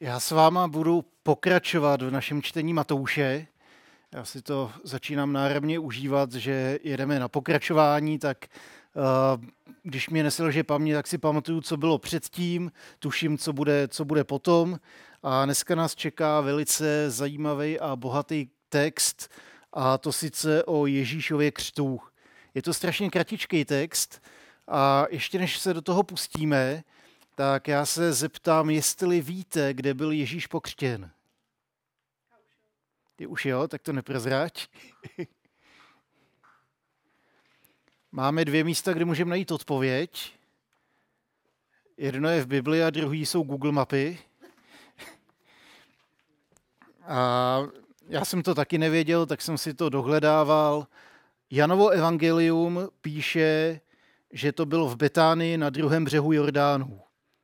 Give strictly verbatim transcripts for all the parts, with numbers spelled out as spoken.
Já s váma budu pokračovat v našem čtení Matouše. Já si to začínám náramně užívat, že jedeme na pokračování, tak uh, když mě neselže paměť, tak si pamatuju, co bylo předtím, tuším, co bude, co bude potom. A dneska nás čeká velice zajímavý a bohatý text, a to sice o Ježíšově křtu. Je to strašně kratičký text a ještě než se do toho pustíme, tak já se zeptám, jestli víte, kde byl Ježíš pokřtěn. Ty už jo, tak to neprozrať. Máme dvě místa, kde můžeme najít odpověď. Jedno je v Bibli a druhý jsou Google mapy. A já jsem to taky nevěděl, tak jsem si to dohledával. Janovo evangelium píše, že to bylo v Betánii na druhém břehu Jordánu.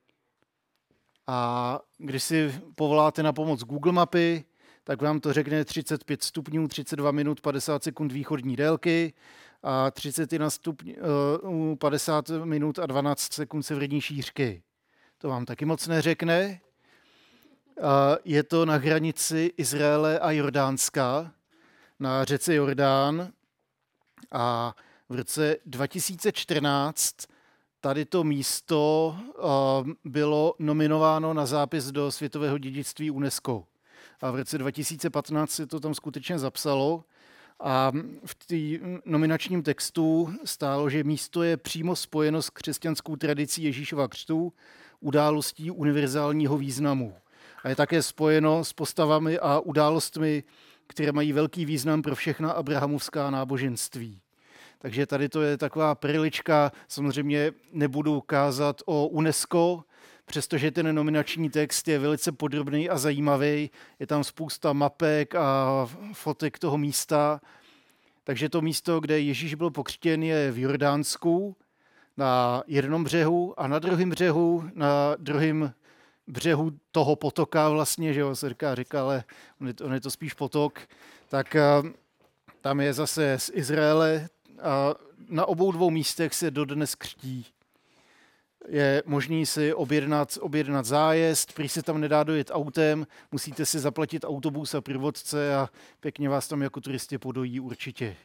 A když si povoláte na pomoc Google mapy, tak vám to řekne třicet pět stupňů, třicet dva minut, padesát sekund východní délky a třicet jedna stupňů, padesát minut a dvanáct sekund severní šířky. To vám taky moc neřekne. Je to na hranici Izraele a Jordánska, na řece Jordán. A v roce dva tisíce čtrnáct tady to místo bylo nominováno na zápis do světového dědictví UNESCO. A v roce dva tisíce patnáct se to tam skutečně zapsalo a v té nominačním textu stálo, že místo je přímo spojeno s křesťanskou tradicí Ježíšova křtu, událostí univerzálního významu. A je také spojeno s postavami a událostmi, které mají velký význam pro všechna abrahamovská náboženství. Takže tady to je taková perlička, samozřejmě nebudu kázat o UNESCO, přestože ten nominační text je velice podrobný a zajímavý, je tam spousta mapek a fotek toho místa. Takže to místo, kde Ježíš byl pokřtěn, je v Jordánsku na jednom břehu a na druhém břehu, na druhém břehu toho potoka vlastně, že jo, se říká, říká, ale on je, to, on je to spíš potok, tak tam je zase z Izraele a na obou dvou místech se dodnes křtí. Je možný si objednat, objednat zájezd, prý se tam nedá dojet autem, musíte si zaplatit autobus a průvodce a pěkně vás tam jako turisti podojí určitě.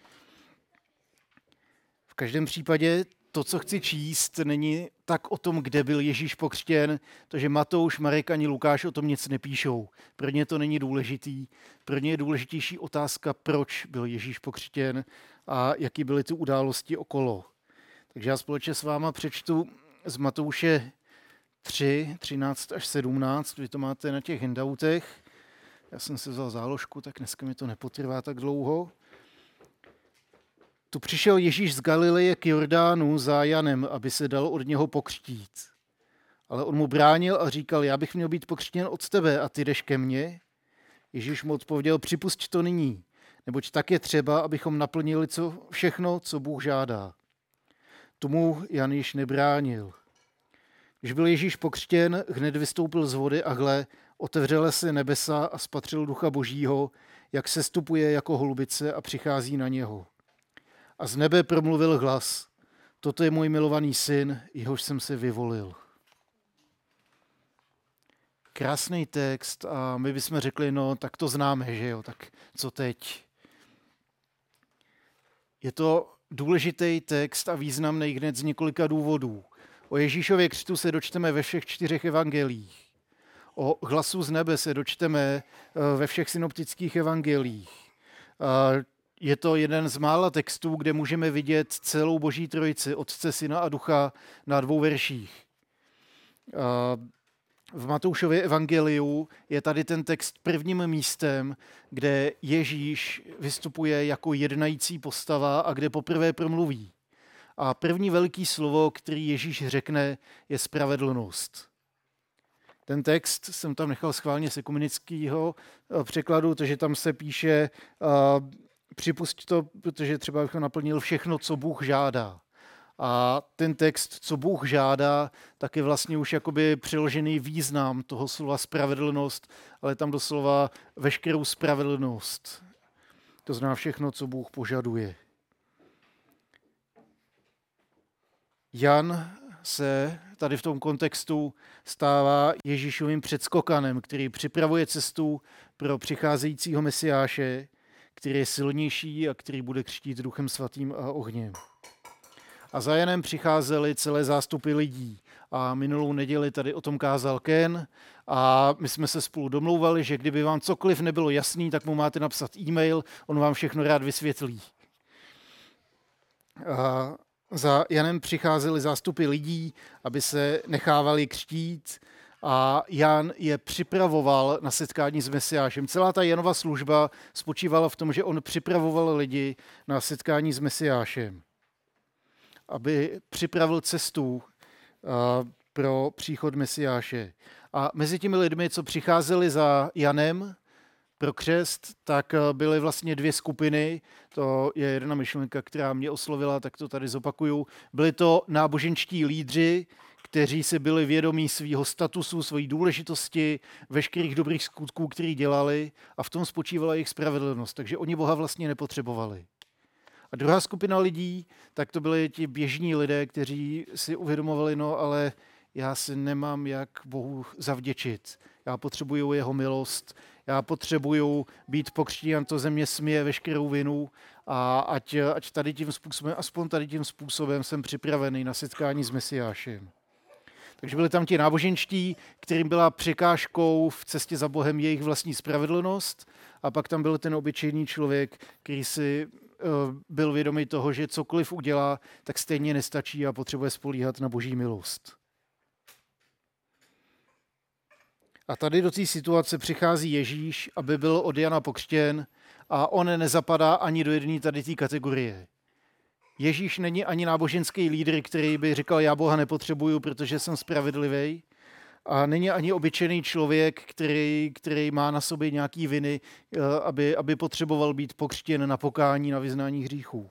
V každém případě to, co chci číst, není tak o tom, kde byl Ježíš pokřtěn, protože Matouš, Marek ani Lukáš o tom nic nepíšou. Pro ně to není důležitý. Pro ně je důležitější otázka, proč byl Ježíš pokřtěn a jaký byly ty události okolo. Takže já společně s váma přečtu z Matouše tři, třináct až sedmnáct, vy to máte na těch handoutech. Já jsem si vzal záložku, tak dneska mi to nepotrvá tak dlouho. Tu přišel Ježíš z Galileje k Jordánu za Janem, aby se dal od něho pokřtít. Ale on mu bránil a říkal, já bych měl být pokřtěn od tebe a ty jdeš ke mně. Ježíš mu odpověděl, připusť to nyní, neboť tak je třeba, abychom naplnili co, všechno, co Bůh žádá. Tomu Jan již nebránil. Když byl Ježíš pokřtěn, hned vystoupil z vody a hle, otevřela se nebesa a spatřil Ducha Božího, jak sestupuje jako holubice a přichází na něho. A z nebe promluvil hlas, toto je můj milovaný syn, jehož jsem se vyvolil. Krásný text a my bychom řekli, no tak to známe, že jo, tak co teď? Je to důležitý text a významný hned z několika důvodů. O Ježíšově křtu se dočteme ve všech čtyřech evangelích. O hlasu z nebe se dočteme ve všech synoptických evangelích. Je to jeden z mála textů, kde můžeme vidět celou Boží trojici, Otce, Syna a Ducha na dvou verších. V Matoušově evangeliu je tady ten text prvním místem, kde Ježíš vystupuje jako jednající postava a kde poprvé promluví. A první velký slovo, který Ježíš řekne, je spravedlnost. Ten text jsem tam nechal schválně z ekumenického překladu, protože tam se píše uh, připusť to, protože třeba bych naplnil všechno, co Bůh žádá. A ten text, co Bůh žádá, tak je vlastně už jakoby přiložený význam toho slova spravedlnost, ale tam doslova veškerou spravedlnost. To znamená všechno, co Bůh požaduje. Jan se tady v tom kontextu stává Ježíšovým předskokanem, který připravuje cestu pro přicházejícího Mesiáše, který je silnější a který bude křtít Duchem svatým a ohněm. A za Janem přicházely celé zástupy lidí. A minulou neděli tady o tom kázal Ken a my jsme se spolu domlouvali, že kdyby vám cokoliv nebylo jasný, tak mu máte napsat e-mail, on vám všechno rád vysvětlí. A za Janem přicházely zástupy lidí, aby se nechávali křtít a Jan je připravoval na setkání s Mesiášem. Celá ta Janova služba spočívala v tom, že on připravoval lidi na setkání s Mesiášem, aby připravil cestu pro příchod Mesiáše. A mezi těmi lidmi, co přicházeli za Janem pro křest, tak byly vlastně dvě skupiny. To je jedna myšlenka, která mě oslovila, tak to tady zopakuju. Byli to náboženští lídři, kteří si byli vědomí svého statusu, své důležitosti, veškerých dobrých skutků, který dělali a v tom spočívala jejich spravedlnost. Takže oni Boha vlastně nepotřebovali. A druhá skupina lidí, tak to byli ti běžní lidé, kteří si uvědomovali, no ale já si nemám jak Bohu zavděčit. Já potřebuju jeho milost, já potřebuju být pokřtěn, to země směje veškerou vinu a ať, ať tady tím způsobem, aspoň tady tím způsobem jsem připravený na setkání s Mesiášem. Takže byli tam ti náboženští, kterým byla překážkou v cestě za Bohem jejich vlastní spravedlnost a pak tam byl ten obyčejný člověk, který si byl vědomý toho, že cokoliv udělá, tak stejně nestačí a potřebuje spolíhat na Boží milost. A tady do té situace přichází Ježíš, aby byl od Jana pokřtěn a on nezapadá ani do jedné tady té kategorie. Ježíš není ani náboženský lídr, který by říkal, já Boha nepotřebuju, protože jsem spravedlivý. A není ani obyčejný člověk, který, který má na sobě nějaký viny, aby, aby potřeboval být pokřtěn na pokání, na vyznání hříchů.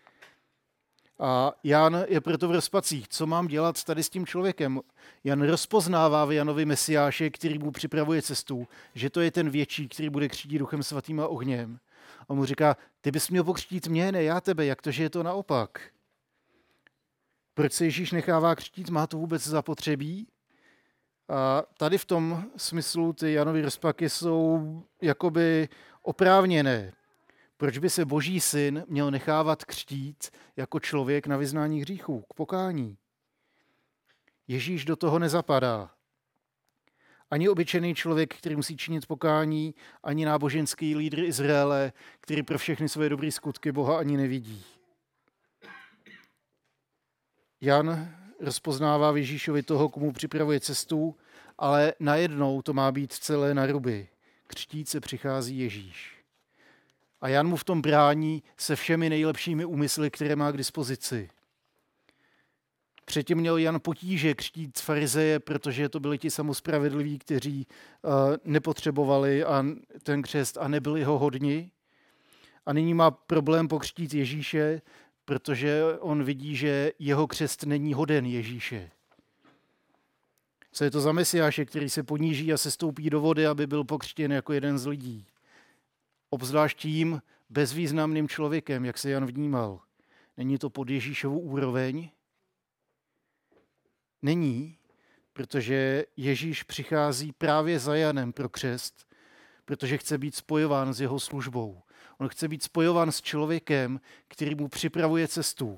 A Jan je proto v rozpacích. Co mám dělat tady s tím člověkem? Jan rozpoznává v Janovi Mesiáše, který mu připravuje cestu, že to je ten větší, který bude křtít Duchem svatým a ohněm. A mu říká, ty bys měl pokřtít mě, ne já tebe, jak to, že je to naopak? Proč se Ježíš nechává křtít? Má to vůbec zapotřebí? A tady v tom smyslu ty Janovy rozpaky jsou jakoby oprávněné. Proč by se Boží syn měl nechávat křtít jako člověk na vyznání hříchů, k pokání? Ježíš do toho nezapadá. Ani obyčejný člověk, který musí činit pokání, ani náboženský lídr Izraele, který pro všechny své dobré skutky Boha ani nevidí. Jan rozpoznává v Ježíšovi toho, komu připravuje cestu, ale najednou to má být celé na ruby. Křtít se přichází Ježíš. A Jan mu v tom brání se všemi nejlepšími úmysly, které má k dispozici. Předtím měl Jan potíže křtít farizeje, protože to byli ti samospravedliví, kteří uh, nepotřebovali a ten křest a nebyli ho hodni. A nyní má problém pokřtít Ježíše, protože on vidí, že jeho křest není hoden Ježíše. Co je to za Mesiáše, který se poníží a sestoupí do vody, aby byl pokřtěn jako jeden z lidí? Obzvlášť tím bezvýznamným člověkem, jak se Jan vnímal. Není to pod Ježíšovu úroveň? Není, protože Ježíš přichází právě za Janem pro křest, protože chce být spojován s jeho službou. On chce být spojován s člověkem, který mu připravuje cestu.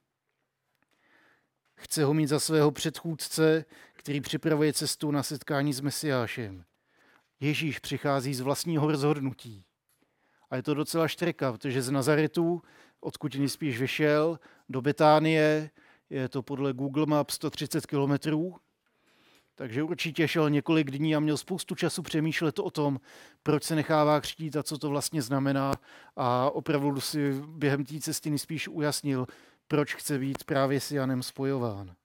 Chce ho mít za svého předchůdce, který připravuje cestu na setkání s Mesiášem. Ježíš přichází z vlastního rozhodnutí. A je to docela štreka, protože z Nazaretu, odkud nejspíš vyšel, do Betánie, je to podle Google Maps sto třicet kilometrů, takže určitě šel několik dní a měl spoustu času přemýšlet o tom, proč se nechává křtít a co to vlastně znamená. A opravdu si během té cesty nejspíš ujasnil, proč chce být právě s Janem spojován.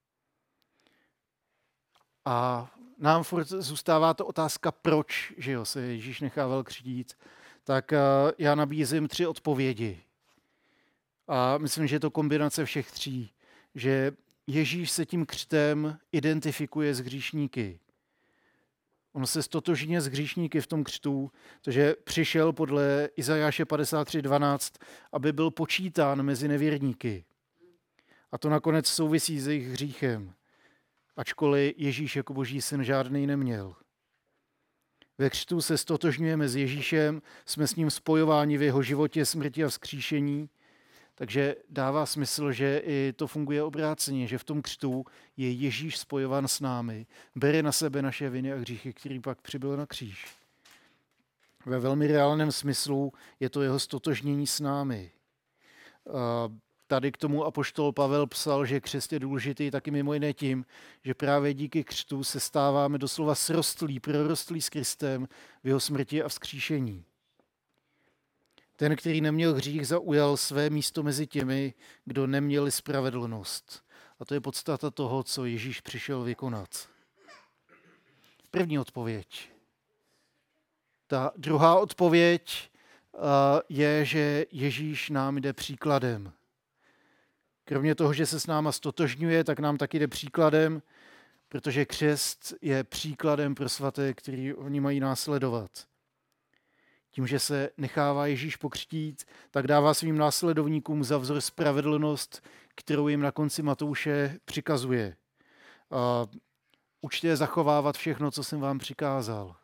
A nám furt zůstává to otázka, proč že jo, se Ježíš nechával křtít. Tak já nabízím tři odpovědi. A myslím, že je to kombinace všech tří. Že Ježíš se tím křtem identifikuje s hříšníky. On se stotožňuje s hříšníky v tom křtu, protože přišel podle Izajáše padesát tři dvanáct, aby byl počítán mezi nevěrníky. A to nakonec souvisí s jejich hříchem. ačkoliv Ježíš jako boží syn žádný neměl. Ve křtu se stotožňujeme s Ježíšem, jsme s ním spojováni v jeho životě, smrti a vzkříšení, takže dává smysl, že i to funguje obráceně, že v tom křtu je Ježíš spojován s námi, bere na sebe naše viny a hříchy, který pak přibyl na kříž. Ve velmi reálném smyslu je to jeho stotožnění s námi. A tady k tomu apoštol Pavel psal, že křest je důležitý taky mimo jiné tím, že právě díky křtu se stáváme doslova srostlí, prorostlí s Kristem v jeho smrti a vzkříšení. Ten, který neměl hřích, zaujal své místo mezi těmi, kdo neměli spravedlnost. A to je podstata toho, co Ježíš přišel vykonat. První odpověď. Ta druhá odpověď je, že Ježíš nám jde příkladem. Kromě toho, že se s náma stotožňuje, tak nám taky jde příkladem, protože křest je příkladem pro svaté, který oni mají následovat. Tím, že se nechává Ježíš pokřtít, tak dává svým následovníkům za vzor spravedlnost, kterou jim na konci Matouše přikazuje. A učte zachovávat všechno, co jsem vám přikázal.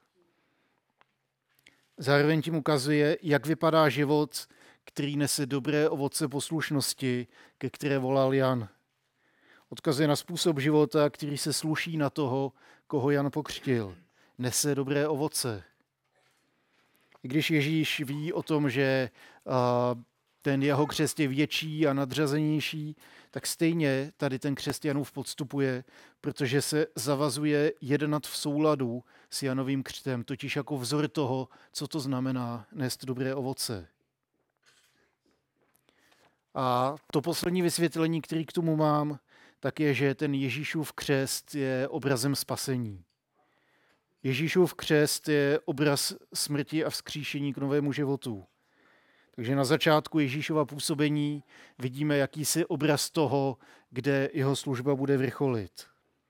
Zároveň tím ukazuje, jak vypadá život, který nese dobré ovoce poslušnosti, ke které volal Jan. Odkazuje na způsob života, který se sluší na toho, koho Jan pokřtil. Nese dobré ovoce. I když Ježíš ví o tom, že ten jeho křest je větší a nadřazenější, tak stejně tady ten křest Janův podstupuje, protože se zavazuje jednat v souladu s Janovým křtem, totiž jako vzor toho, co to znamená nést dobré ovoce. A to poslední vysvětlení, který k tomu mám, tak je, že ten Ježíšův křest je obrazem spasení. Ježíšův křest je obraz smrti a vzkříšení k novému životu. Takže na začátku Ježíšova působení vidíme jakýsi obraz toho, kde jeho služba bude vrcholit.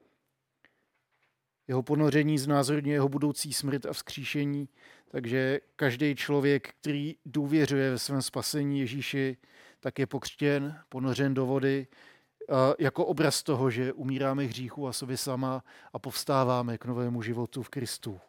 Jeho ponoření znázorňuje jeho budoucí smrt a vzkříšení, takže každý člověk, který důvěřuje ve svém spasení Ježíši, tak je pokřtěn, ponořen do vody, jako obraz toho, že umíráme hříchu a sobě sama a povstáváme k novému životu v Kristu.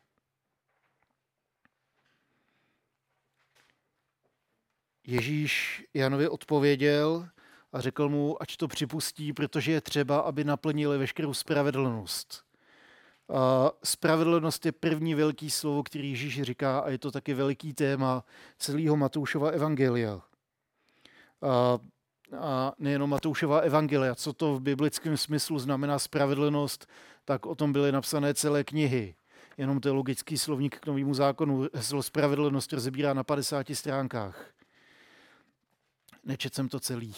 Ježíš Janovi odpověděl a řekl mu, ať to připustí, protože je třeba, aby naplnili veškerou spravedlnost. A spravedlnost je první velký slovo, který Ježíš říká, a je to taky veliký téma celého Matoušova evangelia. A A nejenom Matoušova evangelia, co to v biblickém smyslu znamená spravedlnost, tak o tom byly napsané celé knihy. Jenom teologický slovník k Novému zákonu heslo spravedlnost rozebírá na padesáti stránkách. Nečetl jsem to celý.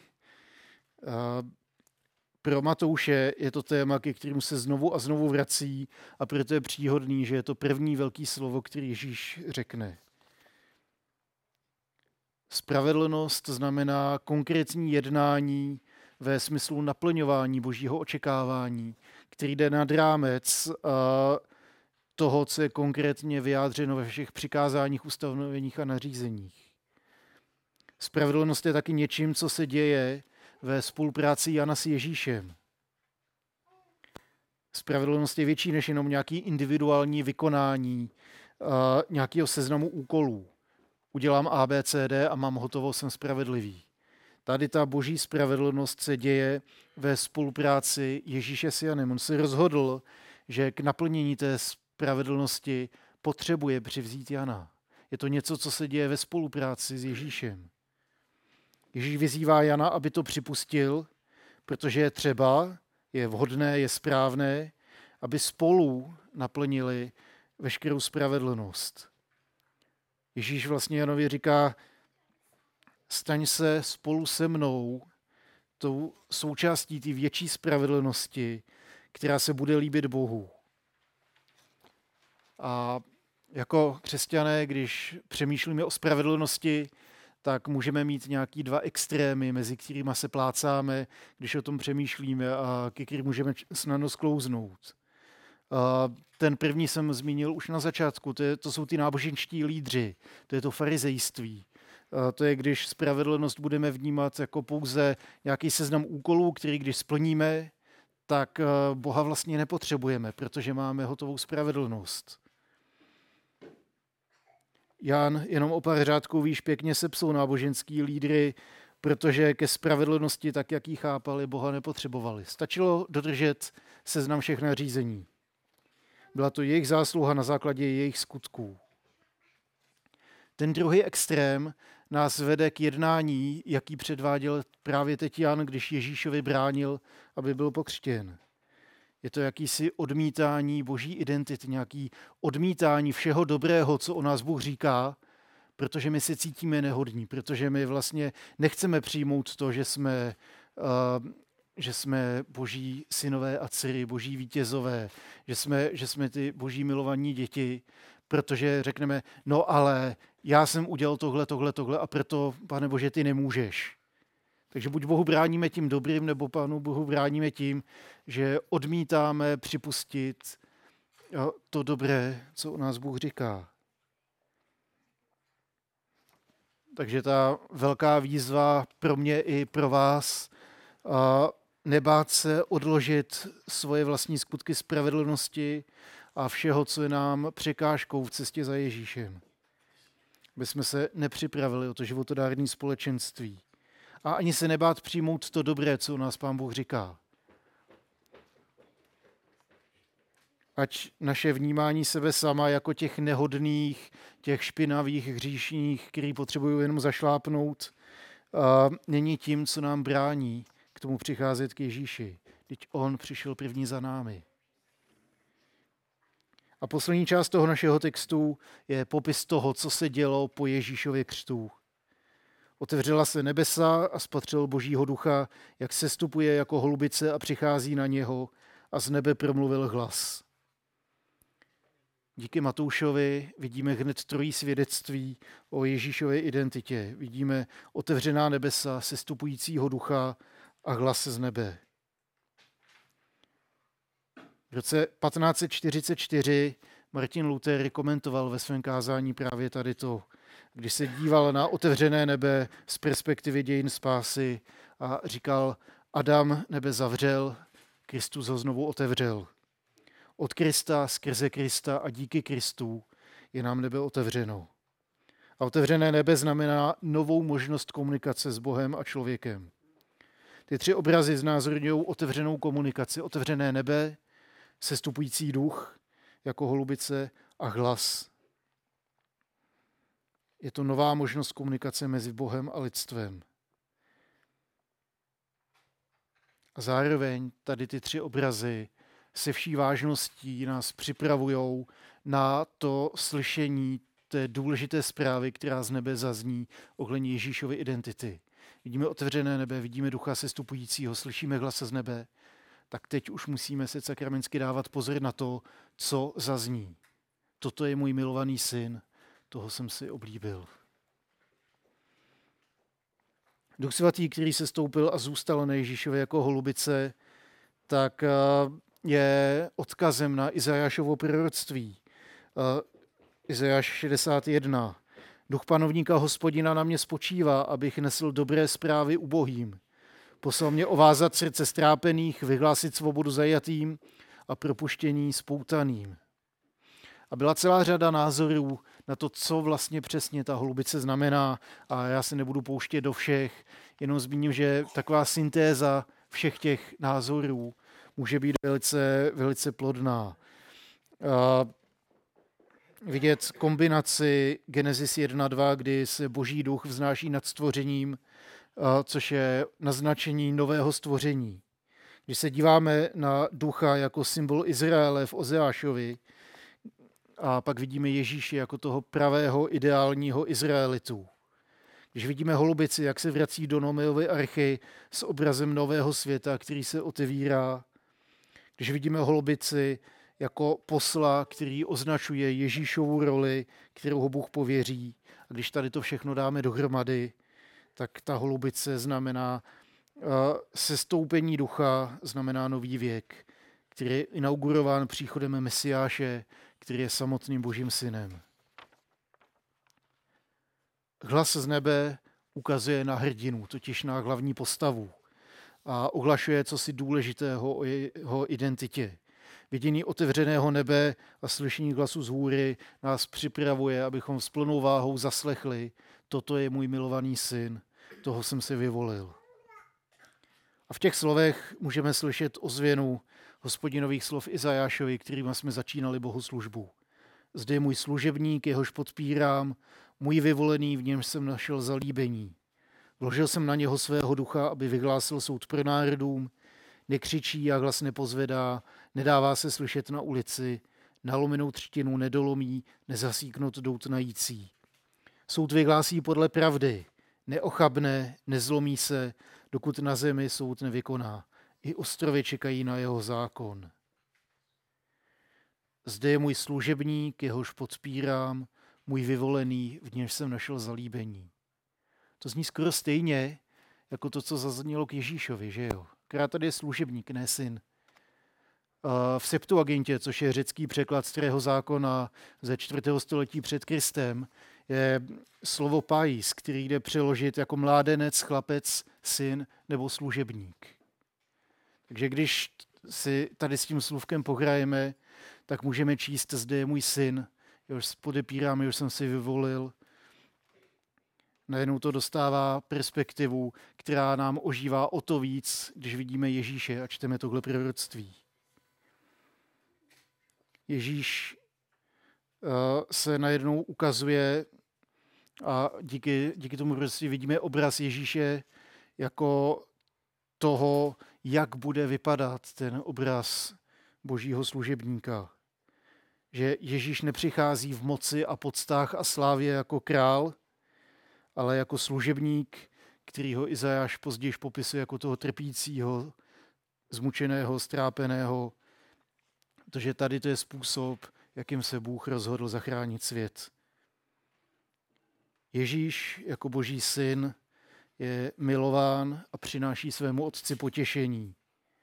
A pro Matouše je to téma, ke kterému se znovu a znovu vrací a proto je příhodný, že je to první velký slovo, který Ježíš řekne. Spravedlnost znamená konkrétní jednání ve smyslu naplňování božího očekávání, který jde nad rámec toho, co je konkrétně vyjádřeno ve všech přikázáních, ustanoveních a nařízeních. Spravedlnost je taky něčím, co se děje ve spolupráci Jana s Ježíšem. Spravedlnost je větší než jenom nějaký individuální vykonání nějakého seznamu úkolů. Udělám A, B, C, D a mám hotovo, jsem spravedlivý. Tady ta boží spravedlnost se děje ve spolupráci Ježíše s Janem. On se rozhodl, že k naplnění té spravedlnosti potřebuje přivzít Jana. Je to něco, co se děje ve spolupráci s Ježíšem. Ježíš vyzývá Jana, aby to připustil, protože je třeba, je vhodné, je správné, aby spolu naplnili veškerou spravedlnost. Ježíš vlastně Janovi říká, staň se spolu se mnou tou součástí té větší spravedlnosti, která se bude líbit Bohu. A jako křesťané, když přemýšlíme o spravedlnosti, tak můžeme mít nějaký dva extrémy, mezi kterými se plácáme, když o tom přemýšlíme a ke kterým můžeme snadno sklouznout. A ten první jsem zmínil už na začátku, to, je, to jsou ty náboženští lídři, to je to farizejství. A to je, když spravedlnost budeme vnímat jako pouze nějaký seznam úkolů, který když splníme, tak Boha vlastně nepotřebujeme, protože máme hotovou spravedlnost. Jan jenom o pár řádků výš pěkně sepsal náboženský lídry, protože ke spravedlnosti, tak jak ji chápali, Boha nepotřebovali. Stačilo dodržet seznam všech nařízení. Byla to jejich zásluha na základě jejich skutků. Ten druhý extrém nás vede k jednání, jaký předváděl právě teď Jan, když Ježíšovi bránil, aby byl pokřtěn. Je to jakýsi odmítání boží identity, nějaký odmítání všeho dobrého, co o nás Bůh říká, protože my se cítíme nehodní, protože my vlastně nechceme přijmout to, že jsme, uh, že jsme boží synové a dcery, boží vítězové, že jsme, že jsme ty boží milovaní děti, protože řekneme, no ale já jsem udělal tohle, tohle, tohle a proto, Pane Bože, ty nemůžeš. Takže buď Bohu bráníme tím dobrým, nebo Pánu Bohu bráníme tím, že odmítáme připustit to dobré, co o nás Bůh říká. Takže ta velká výzva pro mě i pro vás, nebát se odložit svoje vlastní skutky spravedlnosti a všeho, co je nám překážkou v cestě za Ježíšem. Aby jsme se nepřipravili o to životodárné společenství. A ani se nebát přijmout to dobré, co nás Pán Bůh říká. Ať naše vnímání sebe sama jako těch nehodných, těch špinavých, hříšních, který potřebují jenom zašlápnout, a není tím, co nám brání k tomu přicházet k Ježíši. Vždyť on přišel první za námi. A poslední část toho našeho textu je popis toho, co se dělo po Ježíšově křtu. Otevřela se nebesa a spatřil Božího ducha, jak sestupuje jako holubice a přichází na něho a z nebe promluvil hlas. Díky Matoušovi vidíme hned trojí svědectví o Ježíšově identitě. Vidíme otevřená nebesa, sestupujícího ducha a hlas z nebe. V roce patnáct set čtyřicet čtyři Martin Luther komentoval ve svém kázání právě tady to, když se díval na otevřené nebe z perspektivy dějin spásy a říkal, Adam nebe zavřel, Kristus ho znovu otevřel. Od Krista, skrze Krista a díky Kristu je nám nebe otevřeno. A otevřené nebe znamená novou možnost komunikace s Bohem a člověkem. Ty tři obrazy znázorňují otevřenou komunikaci, otevřené nebe, sestupující duch jako holubice a hlas. Je to nová možnost komunikace mezi Bohem a lidstvem. A zároveň tady ty tři obrazy se vší vážností nás připravují na to slyšení té důležité zprávy, která z nebe zazní ohledně Ježíšovy identity. Vidíme otevřené nebe, vidíme ducha sestupujícího, slyšíme hlas z nebe, tak teď už musíme se sakramensky dávat pozor na to, co zazní. Toto je můj milovaný syn, toho jsem si oblíbil. Duch svatý, který se stoupil a zůstal na Ježíšově jako holubice, tak je odkazem na Izajášovo proroctví. Izajáš šedesát jedna. Duch panovníka Hospodina na mě spočívá, abych nesl dobré zprávy ubohým. Poslal mě ovázat srdce strápených, vyhlásit svobodu zajatým a propuštění spoutaným. A byla celá řada názorů na to, co vlastně přesně ta holubice znamená, a já se nebudu pouštět do všech, jenom zmíním, že taková syntéza všech těch názorů může být velice, velice plodná. A vidět kombinaci Genesis jedna dva, kdy se Boží duch vznáší nad stvořením, což je naznačení nového stvoření. Když se díváme na ducha jako symbol Izraele v Ozeášovi, a pak vidíme Ježíše jako toho pravého ideálního Izraelitu. Když vidíme holubici, jak se vrací do Noémovy archy s obrazem nového světa, který se otevírá. Když vidíme holubici jako posla, který označuje Ježíšovu roli, kterou ho Bůh pověří. A když tady to všechno dáme dohromady, tak ta holubice znamená uh, sestoupení ducha, znamená nový věk, který je inaugurován příchodem Mesiáše, který je samotným Božím synem. Hlas z nebe ukazuje na hrdinu, totiž na hlavní postavu. a ohlašuje cosi důležitého o jeho identitě. Vidění otevřeného nebe a slyšení hlasu z hůry nás připravuje, abychom s plnou váhou zaslechli: toto je můj milovaný syn, toho jsem si vyvolil. A v těch slovech můžeme slyšet ozvěnu Hospodinových slov Izajášovi, kterými jsme začínali bohoslužbu. Zde je můj služebník, jehož podpírám, můj vyvolený, v němž jsem našel zalíbení. Vložil jsem na něho svého ducha, aby vyhlásil soud pro národům, nekřičí a hlas nepozvedá, nedává se slyšet na ulici, nalomenou třtinu nedolomí, nezasíknout doutnající. Soud vyhlásí podle pravdy, neochabne, nezlomí se, dokud na zemi soud nevykoná. I ostrovy čekají na jeho zákon. Zde je můj služebník, jehož podpírám, můj vyvolený, v němž jsem našel zalíbení. To zní skoro stejně, jako to, co zaznělo k Ježíšovi, že jo? Akorát tady je služebník, ne syn. V Septuagintě, což je řecký překlad starého zákona ze čtvrtého století před Kristem, je slovo pais, který jde přeložit jako mládenec, chlapec, syn nebo služebník. Takže když si tady s tím slůvkem pohrajeme, tak můžeme číst: zde je můj syn, jehož podepírám, jehož jsem si vyvolil. Najednou to dostává perspektivu, která nám ožívá o to víc, když vidíme Ježíše a čteme tohle proroctví. Ježíš se najednou ukazuje a díky, díky tomu prostě vidíme obraz Ježíše jako toho, jak bude vypadat ten obraz božího služebníka. Že Ježíš nepřichází v moci a podstách a slávě jako král, ale jako služebník, který ho Izajáš později popisuje jako toho trpícího, zmučeného, strápeného, protože tady to je způsob, jakým se Bůh rozhodl zachránit svět. Ježíš jako boží syn je milován a přináší svému otci potěšení.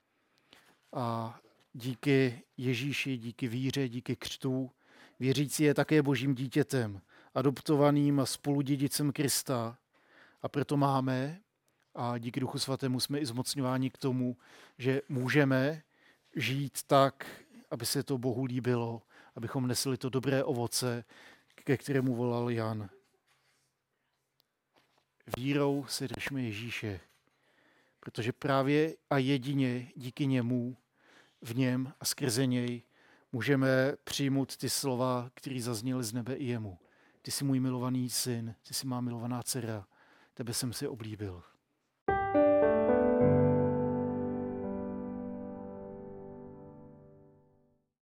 A díky Ježíši, díky víře, díky křtu, věřící je také božím dítětem, adoptovaným a spoludědicem Krista. A proto máme, a díky Duchu Svatému jsme i zmocňováni k tomu, že můžeme žít tak, aby se to Bohu líbilo, abychom nesli to dobré ovoce, ke kterému volal Jan. Vírou si držme Ježíše, protože právě a jedině díky němu, v něm a skrze něj můžeme přijmout ty slova, které zazněly z nebe i jemu. Ty jsi můj milovaný syn, ty jsi má milovaná dcera, tebe jsem si oblíbil.